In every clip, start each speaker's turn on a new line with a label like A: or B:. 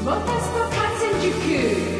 A: モータースポ観戦塾。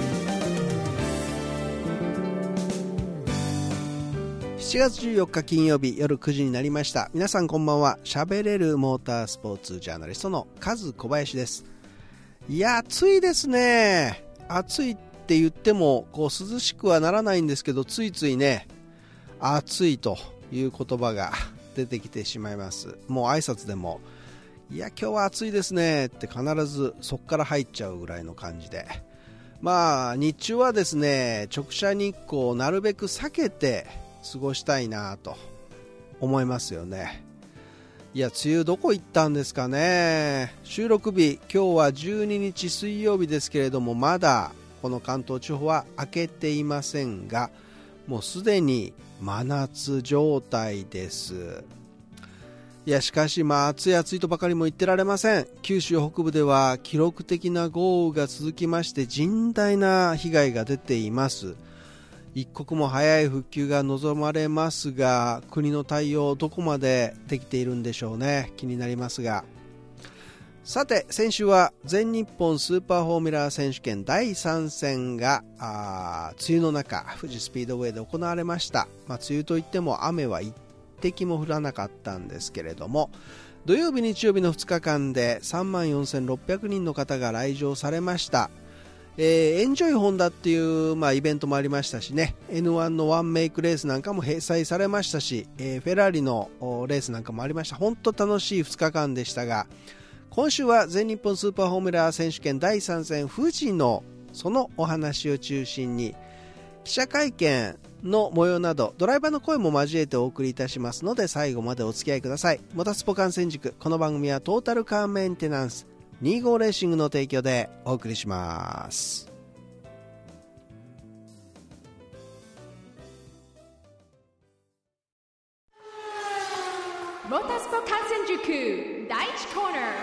B: 7月14日金曜日夜9時になりました。皆さんこんばんは。喋れるモータースポーツジャーナリストのカズ小林です。いや暑いですね。暑いって言ってもこう涼しくはならないんですけど、ついついね暑いという言葉が出てきてしまいます。もう挨拶でもいや今日は暑いですねって必ずそこから入っちゃうぐらいの感じで、まあ日中はですね直射日光をなるべく避けて過ごしたいなと思いますよね。いや梅雨どこ行ったんですかね。収録日今日は12日水曜日ですけれども、まだこの関東地方は明けていませんが、もうすでに真夏状態です。いやしかし暑い暑いとばかりも言ってられません。九州北部では記録的な豪雨が続きまして、甚大な被害が出ています。一刻も早い復旧が望まれますが、国の対応どこまでできているんでしょうね。気になりますが、さて先週は全日本スーパーフォーミュラー選手権第3戦が梅雨の中富士スピードウェイで行われました。梅雨といっても雨は一滴も降らなかったんですけれども、土曜日日曜日の2日間で34,600人の方が来場されました。エンジョイホンダっていう、イベントもありましたしね、 N1 のワンメイクレースなんかも閉鎖されましたし、フェラーリのレースなんかもありました。本当楽しい2日間でしたが、今週は全日本スーパーフォーミュラー選手権第3戦富士のそのお話を中心に、記者会見の模様などドライバーの声も交えてお送りいたしますので、最後までお付き合いください。モータースポ観戦塾、この番組はトータルカーメンテナンス25レーシングの提供でお送りします。
A: モータースポ観戦塾第1コーナー。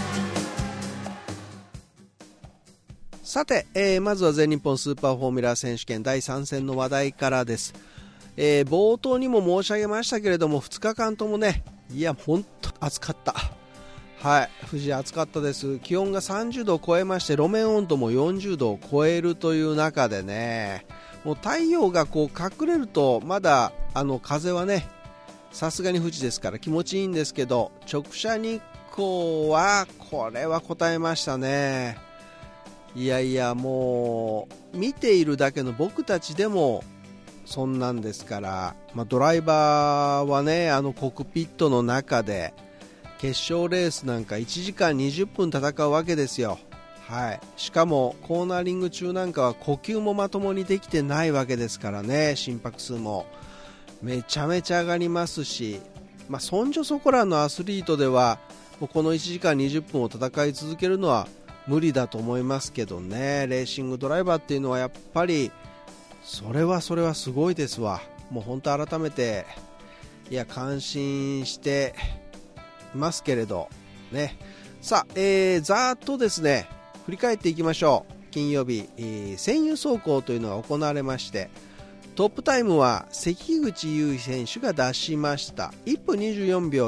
B: さて、まずは全日本スーパーフォーミュラー選手権第3戦の話題からです。冒頭にも申し上げましたけれども、2日間ともね、いや本当暑かった。はい、富士暑かったです。気温が30度を超えまして、路面温度も40度を超えるという中でね、もう太陽がこう隠れるとまだ風はねさすがに富士ですから気持ちいいんですけど、直射日光はこれは応えましたね。いやいやもう見ているだけの僕たちでもそんなんですから、ドライバーはねコックピットの中で決勝レースなんか1時間20分戦うわけですよ。はい、しかもコーナーリング中なんかは呼吸もまともにできてないわけですからね。心拍数もめちゃめちゃ上がりますし、そんじょそこらのアスリートではもうこの1時間20分を戦い続けるのは無理だと思いますけどね。レーシングドライバーっていうのはやっぱりそれはすごいですわ。もう本当改めて感心してますけれどね。さあ、ざーっとですね振り返っていきましょう。金曜日、専有走行というのが行われまして、トップタイムは関口優衣選手が出しました。1分24秒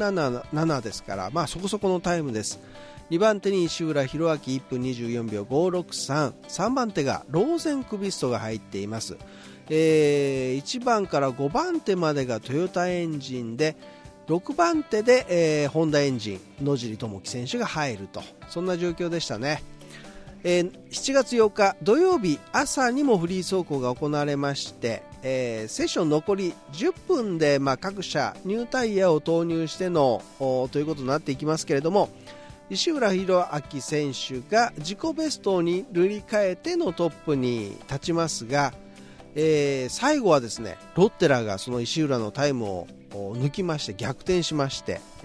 B: 477ですから、そこそこのタイムです。2番手に石浦弘明1分24秒563、3番手がローゼンクビストが入っています。1番から5番手までがトヨタエンジンで、6番手で、ホンダエンジン野尻智樹選手が入ると、そんな状況でしたね。7月8日土曜日朝にもフリー走行が行われまして、セッション残り10分で、各社ニュータイヤを投入してのということになっていきますけれども、石浦弘明選手が自己ベストに塗り替えてのトップに立ちますが、最後はですねロッテラがその石浦のタイムを抜きまして逆転しまして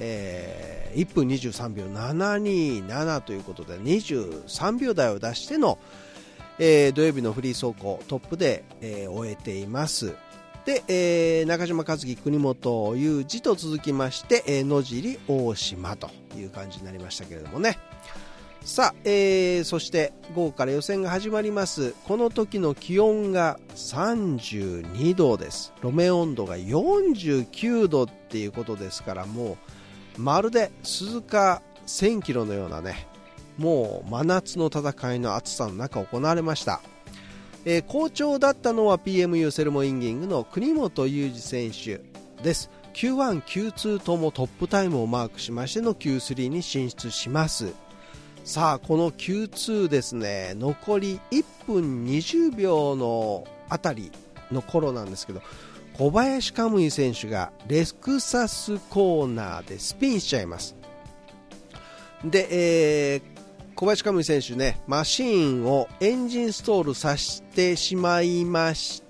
B: 、1分23秒727ということで23秒台を出しての、土曜日のフリー走行トップで、終えています。で、中島和樹国本裕二と続きまして、野尻大島という感じになりましたけれどもね。さあ、そして午後から予選が始まります。この時の気温が32度です。路面温度が49度っていうことですから、もうまるで鈴鹿1000キロのようなね、 もう真夏の戦いの暑さの中行われました。好調だったのは PMU セルモインギングの国本裕二選手です。 Q1、Q2 ともトップタイムをマークしましての Q3 に進出します。さあこの Q2 ですね、残り1分20秒のあたりの頃なんですけど、小林可夢偉選手がレクサスコーナーでスピンしちゃいます。で、小林可夢偉選手ね、マシーンをエンジンストールさせてしまいまして、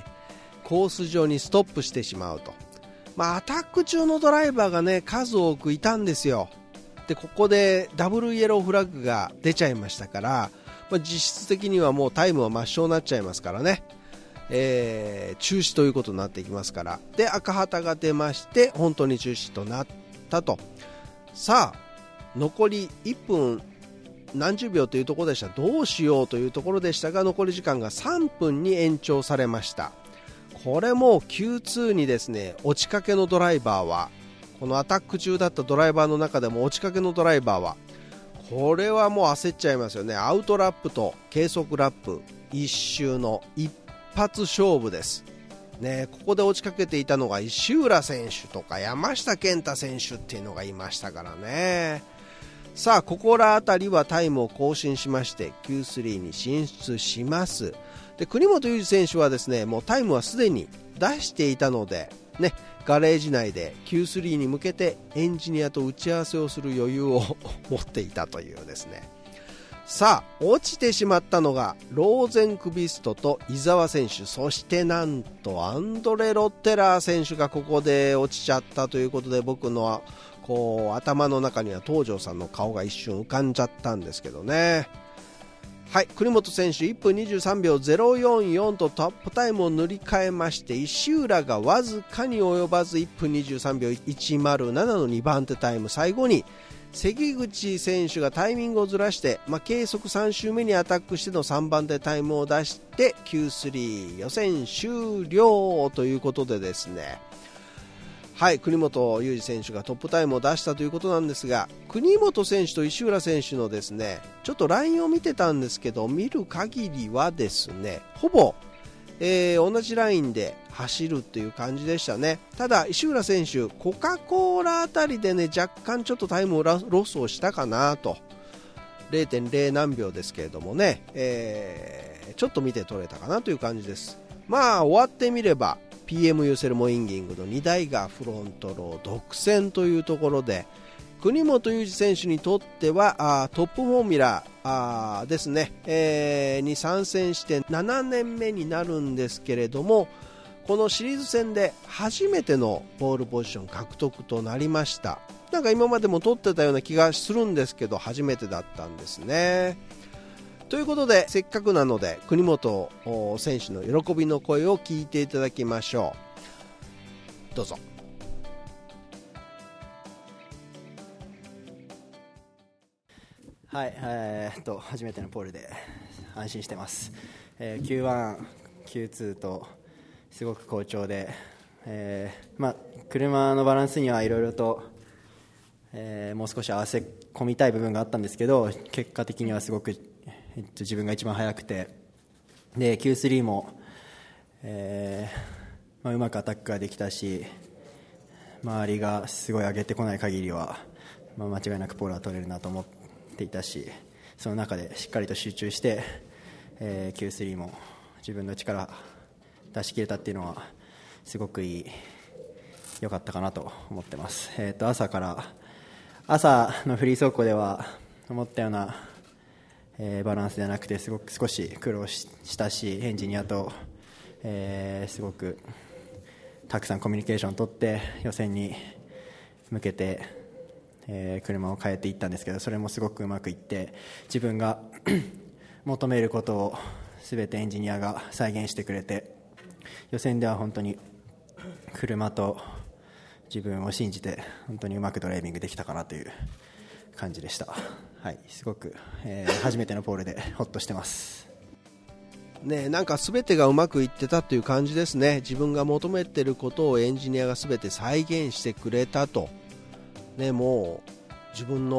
B: コース上にストップしてしまうと。アタック中のドライバーがね、数多くいたんですよ。で、ここでダブルイエローフラッグが出ちゃいましたから、実質的にはもうタイムは抹消になっちゃいますからね。中止ということになっていきますから。で、赤旗が出まして本当に中止となったと。さあ残り1分何十秒というところでした。どうしようというところでしたが、残り時間が3分に延長されました。これも Q2 にですね、落ちかけのドライバーは、このアタック中だったドライバーの中でも落ちかけのドライバーは、これはもう焦っちゃいますよね。アウトラップと計測ラップ一周の一発勝負ですね。ここで落ちかけていたのが石浦選手とか山下健太選手っていうのがいましたからね。さあここらあたりはタイムを更新しまして Q3 に進出します。で、国本裕二選手はですね、もうタイムはすでに出していたのでね、ガレージ内で Q3 に向けてエンジニアと打ち合わせをする余裕を持っていたというですね。さあ落ちてしまったのがローゼンクビストと伊沢選手、そしてなんとアンドレ・ロッテラー選手がここで落ちちゃったということで、僕のこう頭の中には東條さんの顔が一瞬浮かんじゃったんですけどね。はい、国本選手1分23秒044とトップタイムを塗り替えまして、石浦がわずかに及ばず1分23秒107の2番手タイム。最後に関口選手がタイミングをずらして、計測3周目にアタックしての3番手タイムを出して Q3 予選終了ということでですね、はい、国本裕二選手がトップタイムを出したということなんですが、国本選手と石浦選手のですね、ちょっとラインを見てたんですけど、見る限りはですね、ほぼ、同じラインで走るっていう感じでしたね。ただ石浦選手、コカ・コーラあたりでね、若干ちょっとタイムをロスをしたかなと、 0.0 何秒ですけれどもね、ちょっと見て取れたかなという感じです。終わってみればPMU セルモインギングの2台がフロントロー独占というところで、国本裕二選手にとってはトップフォーミュラですね、に参戦して7年目になるんですけれども、このシリーズ戦で初めてのポールポジション獲得となりました。なんか今までも取ってたような気がするんですけど、初めてだったんですね。ということで、せっかくなので国本選手の喜びの声を聞いていただきましょう。どうぞ。
C: はい、初めてのポールで安心してます。Q1、Q2 とすごく好調で、車のバランスにはいろいろと、もう少し合わせ込みたい部分があったんですけど、結果的にはすごく自分が一番速くて、で Q3 も、うまくアタックができたし、周りがすごい上げてこない限りは、間違いなくポールは取れるなと思っていたし、その中でしっかりと集中して、Q3 も自分の力出し切れたっていうのはすごく良かったかなと思ってます。朝のフリー走行では思ったようなバランスではなくて、少し苦労したし、エンジニアと、すごくたくさんコミュニケーションを取って予選に向けて、車を変えていったんですけど、それもすごくうまくいって、自分が求めることを全てエンジニアが再現してくれて、予選では本当に車と自分を信じて本当にうまくドライビングできたかなという感じでした。はい、すごく、初めてのポールでホッとしてます
B: ね。なんか全てがうまくいってたという感じですね。自分が求めてることをエンジニアが全て再現してくれたと、ね、もう自分の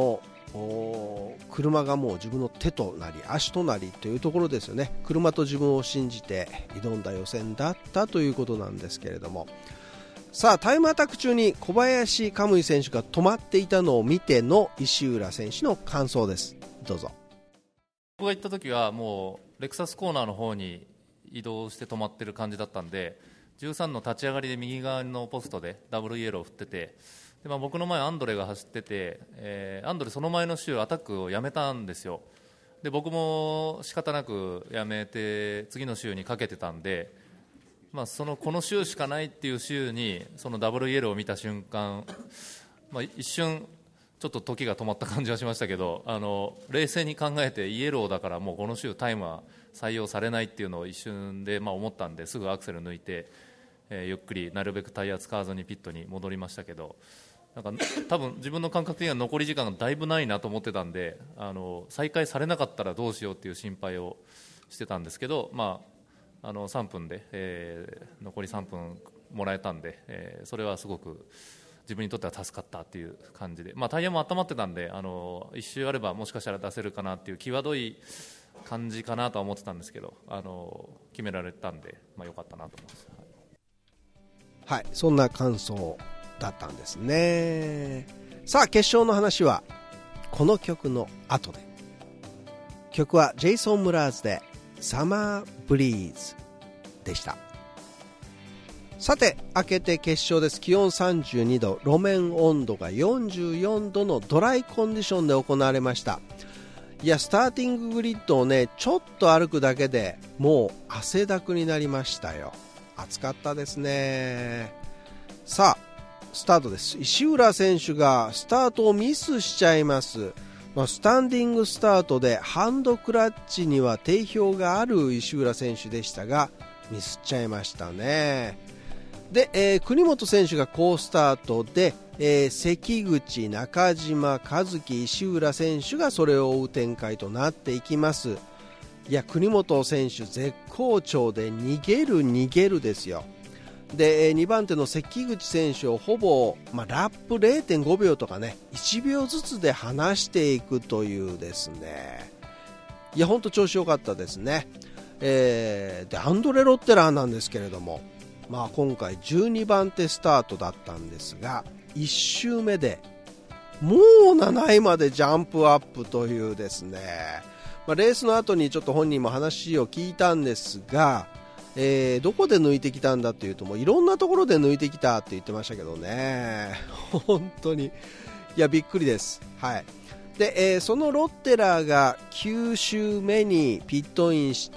B: 車がもう自分の手となり足となりというところですよね。車と自分を信じて挑んだ予選だったということなんですけれども、さあタイムアタック中に小林可夢偉選手が止まっていたのを見ての石浦選手の感想です。どうぞ。
D: 僕が行った時はもうレクサスコーナーの方に移動して止まってる感じだったんで、13の立ち上がりで右側のポストでダブルイエローを振ってて、で僕の前アンドレが走ってて、アンドレその前の週アタックをやめたんですよ。で僕も仕方なくやめて次の週にかけてたんで、この週しかないっていう週にそのダブルイエローを見た瞬間、一瞬ちょっと時が止まった感じはしましたけど、冷静に考えてイエローだからもうこの週タイムは採用されないっていうのを一瞬で思ったんで、すぐアクセル抜いて、ゆっくりなるべくタイヤ使わずにピットに戻りましたけど、多分自分の感覚的には残り時間がだいぶないなと思ってたんで、再開されなかったらどうしようっていう心配をしてたんですけど、3分で、残り3分もらえたんで、それはすごく自分にとっては助かったっていう感じで、タイヤも温まってたんで、1周あればもしかしたら出せるかなっていう際どい感じかなとは思ってたんですけど、決められたんで、良かったなと思います。
B: はい、そんな感想だったんですね。さあ決勝の話はこの曲の後で。曲はジェイソン・ムラーズでサマーブリーズでした。さて明けて決勝です。気温32度、路面温度が44度のドライコンディションで行われました。いやスターティンググリッドをねちょっと歩くだけでもう汗だくになりましたよ。暑かったですね。さあスタートです。石浦選手がスタートをミスしちゃいます。スタンディングスタートでハンドクラッチには定評がある石浦選手でしたがミスっちゃいましたね。で、国本選手が好スタートで、関口、中島、和樹、石浦選手がそれを追う展開となっていきます。いや国本選手絶好調で逃げるですよ。で2番手の関口選手をほぼ、ラップ 0.5 秒とかね1秒ずつで離していくというですね、いや本当調子良かったですね。でアンドレ・ロッテラーなんですけれども、今回12番手スタートだったんですが1周目でもう7位までジャンプアップというですね、レースの後にちょっと本人も話を聞いたんですが、どこで抜いてきたんだというともういろんなところで抜いてきたって言ってましたけどね、本当にいやびっくりです。はい。で、そのロッテラーが9周目にピットインして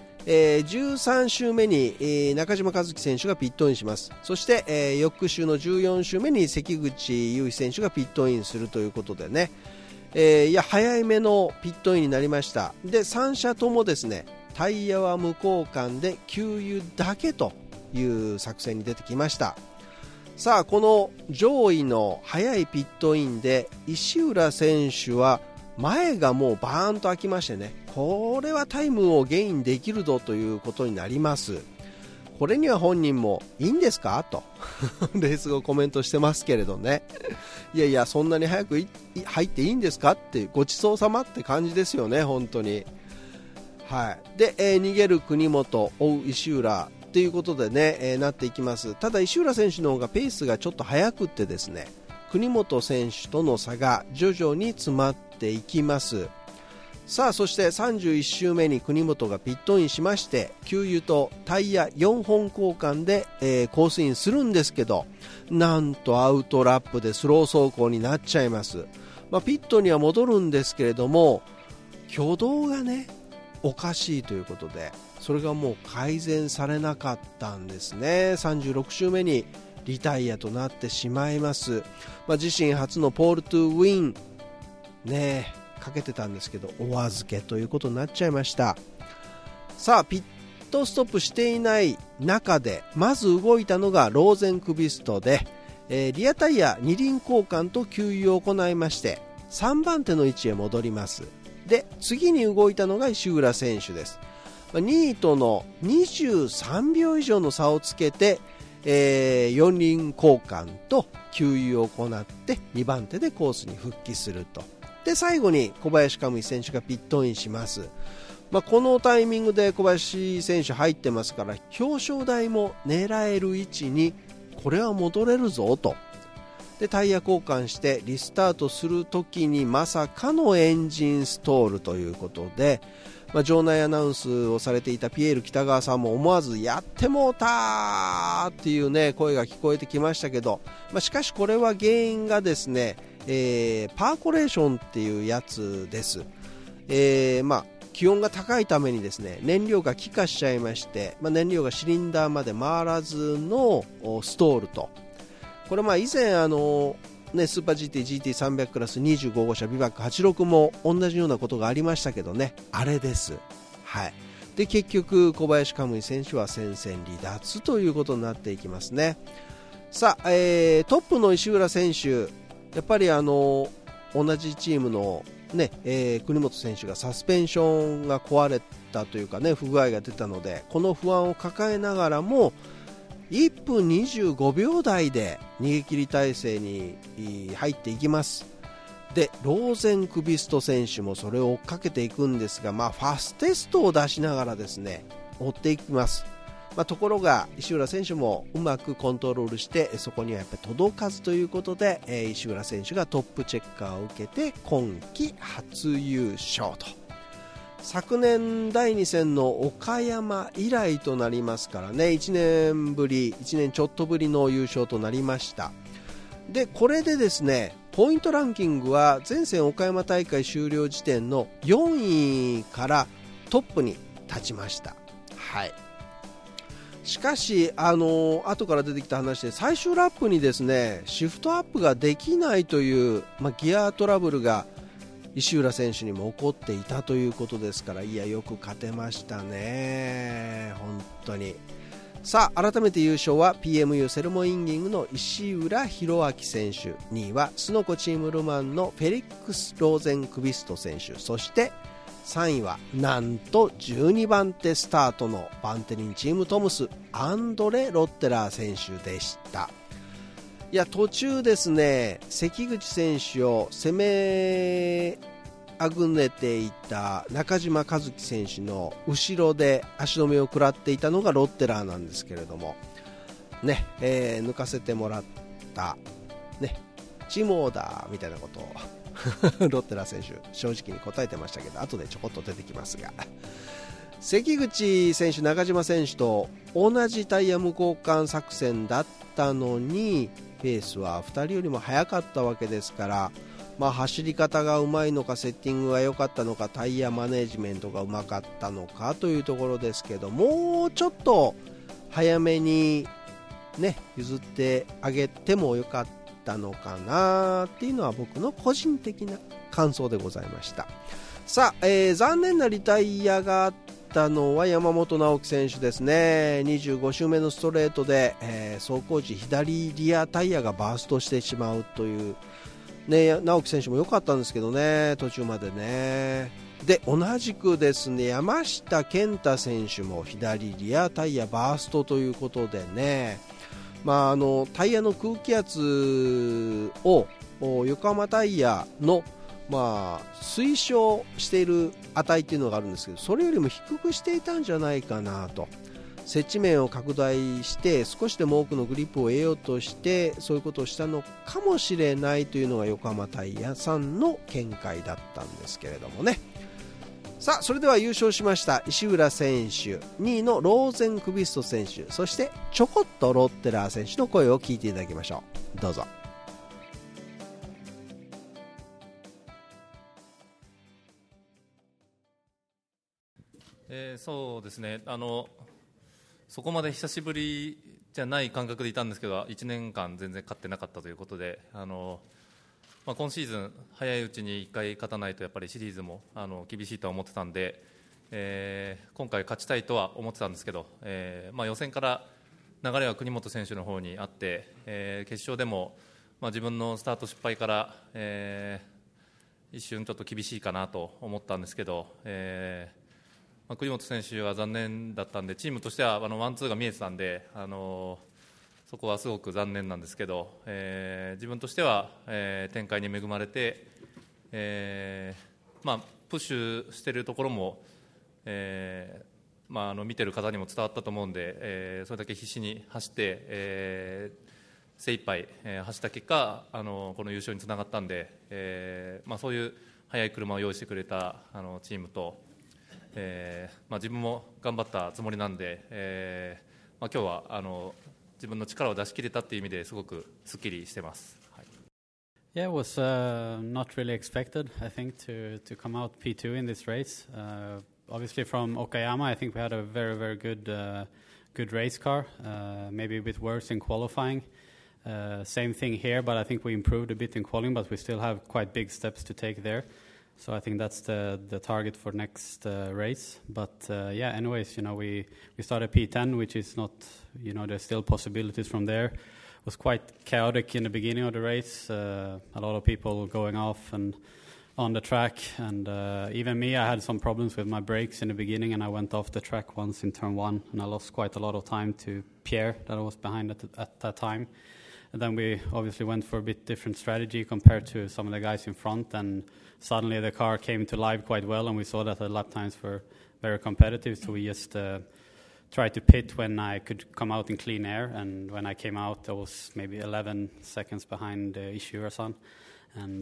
B: 、13周目に、中島和樹選手がピットインします。そして、翌週の14週目に関口雄飛選手がピットインするということでね、いや早いめのピットインになりました。で3社ともですねタイヤは無交換で給油だけという作戦に出てきました。さあこの上位の早いピットインで石浦選手は前がもうバーンと開きましてね、これはタイムをゲインできるぞということになります。これには本人もいいんですかとレース後コメントしてますけれどね、いやいやそんなに早く入っていいんですかってごちそうさまって感じですよね本当に。はい。で、逃げる国本追う石浦ということでね、なっていきます。ただ石浦選手の方がペースがちょっと速くってですね国本選手との差が徐々に詰まっていきます。さあそして31周目に国本がピットインしまして給油とタイヤ4本交換で、コースインするんですけどなんとアウトラップでスロー走行になっちゃいます。ピットには戻るんですけれども挙動がねおかしいということでそれがもう改善されなかったんですね。36周目にリタイアとなってしまいます。自身初のポールトゥーウィンねかけてたんですけどお預けということになっちゃいました。さあピットストップしていない中でまず動いたのがローゼンクビストで、リアタイヤ2輪交換と給油を行いまして3番手の位置へ戻ります。で次に動いたのが石浦選手です。2位との23秒以上の差をつけて、4輪交換と給油を行って2番手でコースに復帰するとで最後に小林可夢偉選手がピットインします。このタイミングで小林選手入ってますから表彰台も狙える位置にこれは戻れるぞと。でタイヤ交換してリスタートするときにまさかのエンジンストールということで、場内アナウンスをされていたピエール北川さんも思わずやってもうたっていうね声が聞こえてきましたけど、しかしこれは原因がですね、パーコレーションっていうやつです。気温が高いためにですね燃料が気化しちゃいまして、燃料がシリンダーまで回らずのストールと。これ以前スーパー GT、GT300 クラス25号車ビバック86も同じようなことがありましたけどね、あれです。で結局小林可夢偉選手は戦線離脱ということになっていきますね。さあ、トップの石浦選手やっぱり同じチームの国本選手がサスペンションが壊れたというか不具合が出たのでこの不安を抱えながらも1分25秒台で逃げ切り体制に入っていきます。でローゼンクビスト選手もそれを追っかけていくんですが、ファステストを出しながらですね追っていきます。ところが石浦選手もうまくコントロールしてそこにはやっぱり届かずということで、石浦選手がトップチェッカーを受けて今季初優勝と。昨年第2戦の岡山以来となりますからね1年ちょっとぶりの優勝となりました。でこれでですねポイントランキングは前線岡山大会終了時点の4位からトップに立ちました。しかし後から出てきた話で最終ラップにですねシフトアップができないという、ギアトラブルが石浦選手にも起こっていたということですから、よく勝てましたね本当に。さあ改めて優勝は PMU セルモインギングの石浦宏明選手、2位はスノコチームルマンのフェリックス・ローゼンクビスト選手、そして3位はなんと12番手スタートのバンテリンチームトムスアンドレ・ロッテラー選手でした。途中ですね関口選手を攻めあぐねていた中島和樹選手の後ろで足止めを食らっていたのがロッテラーなんですけれども抜かせてもらったチームオーダーみたいなことをロッテラー選手正直に答えてましたけど後でちょこっと出てきますが関口選手中島選手と同じタイヤ無交換作戦だったのにペースは2人よりも速かったわけですから、走り方がうまいのかセッティングが良かったのかタイヤマネジメントがうまかったのかというところですけどもうちょっと早めに譲ってあげてもよかったのかなっていうのは僕の個人的な感想でございました。さあ、残念なリタイアがあったのは山本直樹選手ですね。25周目のストレートで、走行時左リアタイヤがバーストしてしまうという直樹選手も良かったんですけどね途中までね。で同じくですね山下健太選手も左リアタイヤバーストということでね、タイヤの空気圧を横浜タイヤの推奨している値っていうのがあるんですけどそれよりも低くしていたんじゃないかなと。接地面を拡大して少しでも多くのグリップを得ようとしてそういうことをしたのかもしれないというのが横浜タイヤさんの見解だったんですけれどもね。さあそれでは優勝しました石浦選手2位のローゼンクビスト選手そしてちょこっとロッテラー選手の声を聞いていただきましょう。どうぞ。
D: そうですねそこまで久しぶりじゃない感覚でいたんですけど1年間全然勝ってなかったということで今シーズン早いうちに1回勝たないとやっぱりシリーズも厳しいとは思ってたんで、今回勝ちたいとは思ってたんですけど、予選から流れは国本選手の方にあって、決勝でも、自分のスタート失敗から、一瞬ちょっと厳しいかなと思ったんですけど、国本選手は残念だったんでチームとしてはワンツーが見えてたんで、そこはすごく残念なんですけど、自分としては、展開に恵まれて、 プッシュしているところも、見てる方にも伝わったと思うんで、それだけ必死に走って、精一杯、走った結果この優勝につながったんで、そういう速い車を用意してくれたチームと、自分も頑張ったつもりなんで、今日は自分の力を出し切れたっていう意味ですごくすっきりしてます。
E: Yeah, it was not really expected, I think, to come out P2 in this race. Obviously from Okayama, I think we had a very, very good race car, maybe a bit worse in qualifying. Same thing here, but I think we improved a bit in qualifying, but we still have quite big steps to take there. So I think that's the target for next race. But anyways, we started P10, which is not, there's still possibilities from there. It was quite chaotic in the beginning of the race. A lot of people going off and on the track, and even me, I had some problems with my brakes in the beginning, and I went off the track once in turn 1, and I lost quite a lot of time to Pierre that I was behind at that time. And then we obviously went for a bit different strategy compared to some of the guys in front, and suddenly the car came to life quite well, and we saw that the lap times were very competitive, so we just tried to pit when I could come out in clean air, and when I came out I was maybe 11 seconds behind Ishihara-san, and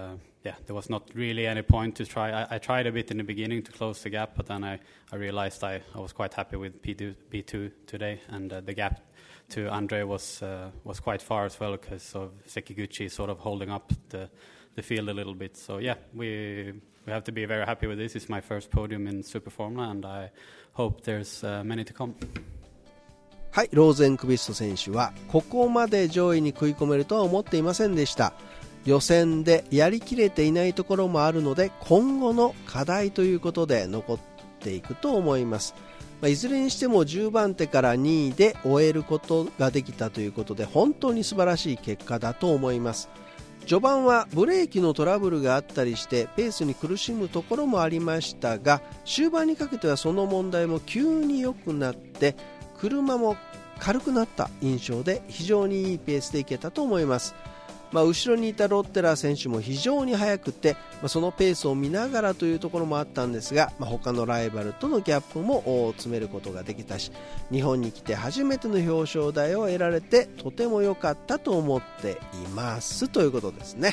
E: there was not really any point to try. I tried a bit in the beginning to close the gap, but then I realized I was quite happy with P2 today, and the gap to Andre was quite far as well because of Sekiguchi sort of holding up the field a little bit. So we have to be very happy with this. It's my first podium in Super Formula, and I hope there's many to come.
B: はい、ローゼンクビスト選手はここまで上位に食い込めるとは思っていませんでした。予選でやりきれていないところもあるので、今後の課題ということで残っていくと思います。いずれにしても10番手から2位で終えることができたということで、本当に素晴らしい結果だと思います。序盤はブレーキのトラブルがあったりしてペースに苦しむところもありましたが、終盤にかけてはその問題も急に良くなって車も軽くなった印象で、非常にいいペースでいけたと思います。後ろにいたロッテラー選手も非常に速くて、そのペースを見ながらというところもあったんですが、他のライバルとのギャップも詰めることができたし、日本に来て初めての表彰台を得られてとても良かったと思っていますということですね。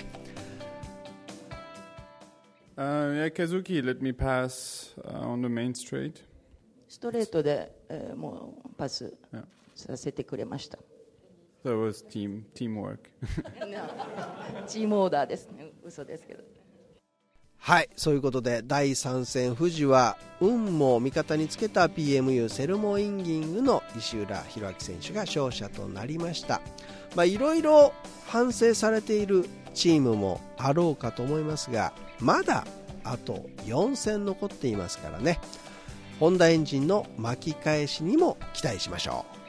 F: Kazuki let me pass on the main straight.
G: ストレートで、もうパスさせてくれました。
F: So it was teamwork.
G: チームオーダーですね。嘘ですけど。
B: はい、そういうことで第3戦富士は運も味方につけた PMU セルモインギングの石浦弘明選手が勝者となりました。いろいろ反省されているチームもあろうかと思いますが、まだあと4戦残っていますからね。ホンダエンジンの巻き返しにも期待しましょう。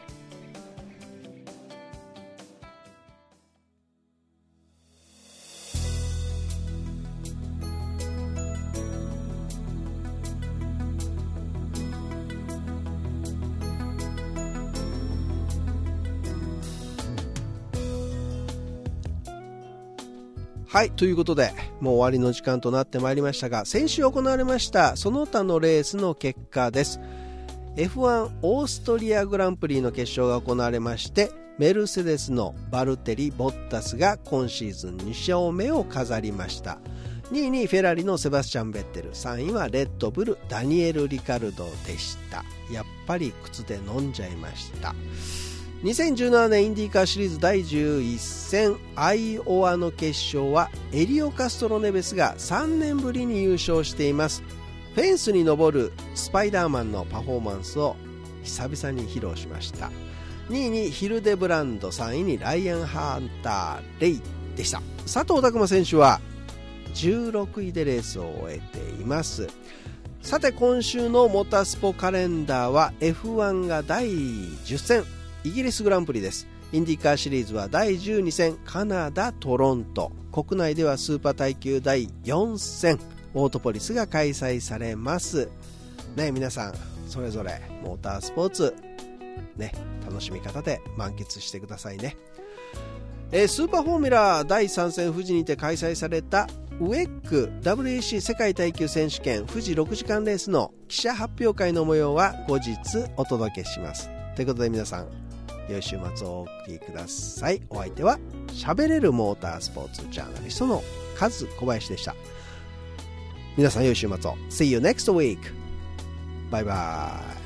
B: はい、ということでもう終わりの時間となってまいりましたが、先週行われましたその他のレースの結果です。 F1 オーストリアグランプリの決勝が行われまして、メルセデスのバルテリ・ボッタスが今シーズン2勝目を飾りました。2位にフェラリのセバスチャン・ベッテル、3位はレッドブルダニエル・リカルドでした。やっぱり靴で飲んじゃいました。2017年インディーカーシリーズ第11戦アイオワの決勝はエリオ・カストロネベスが3年ぶりに優勝しています。フェンスに登るスパイダーマンのパフォーマンスを久々に披露しました。2位にヒルデブランド、3位にライアン・ハンター・レイでした。佐藤拓磨選手は16位でレースを終えています。さて今週のモータースポカレンダーは F1 が第10戦イギリスグランプリです。インディカーシリーズは第12戦カナダ・トロント、国内ではスーパー耐久第4戦オートポリスが開催されますね。皆さんそれぞれモータースポーツね、楽しみ方で満喫してくださいね。スーパーフォーミュラ第3戦富士にて開催されたウェック WEC 世界耐久選手権富士6時間レースの記者発表会の模様は後日お届けします。ということで皆さん、良い週末をお送りください。お相手は喋れるモータースポーツジャーナリストのカズ小林でした。皆さん良い週末を。See you next week. バイバイ。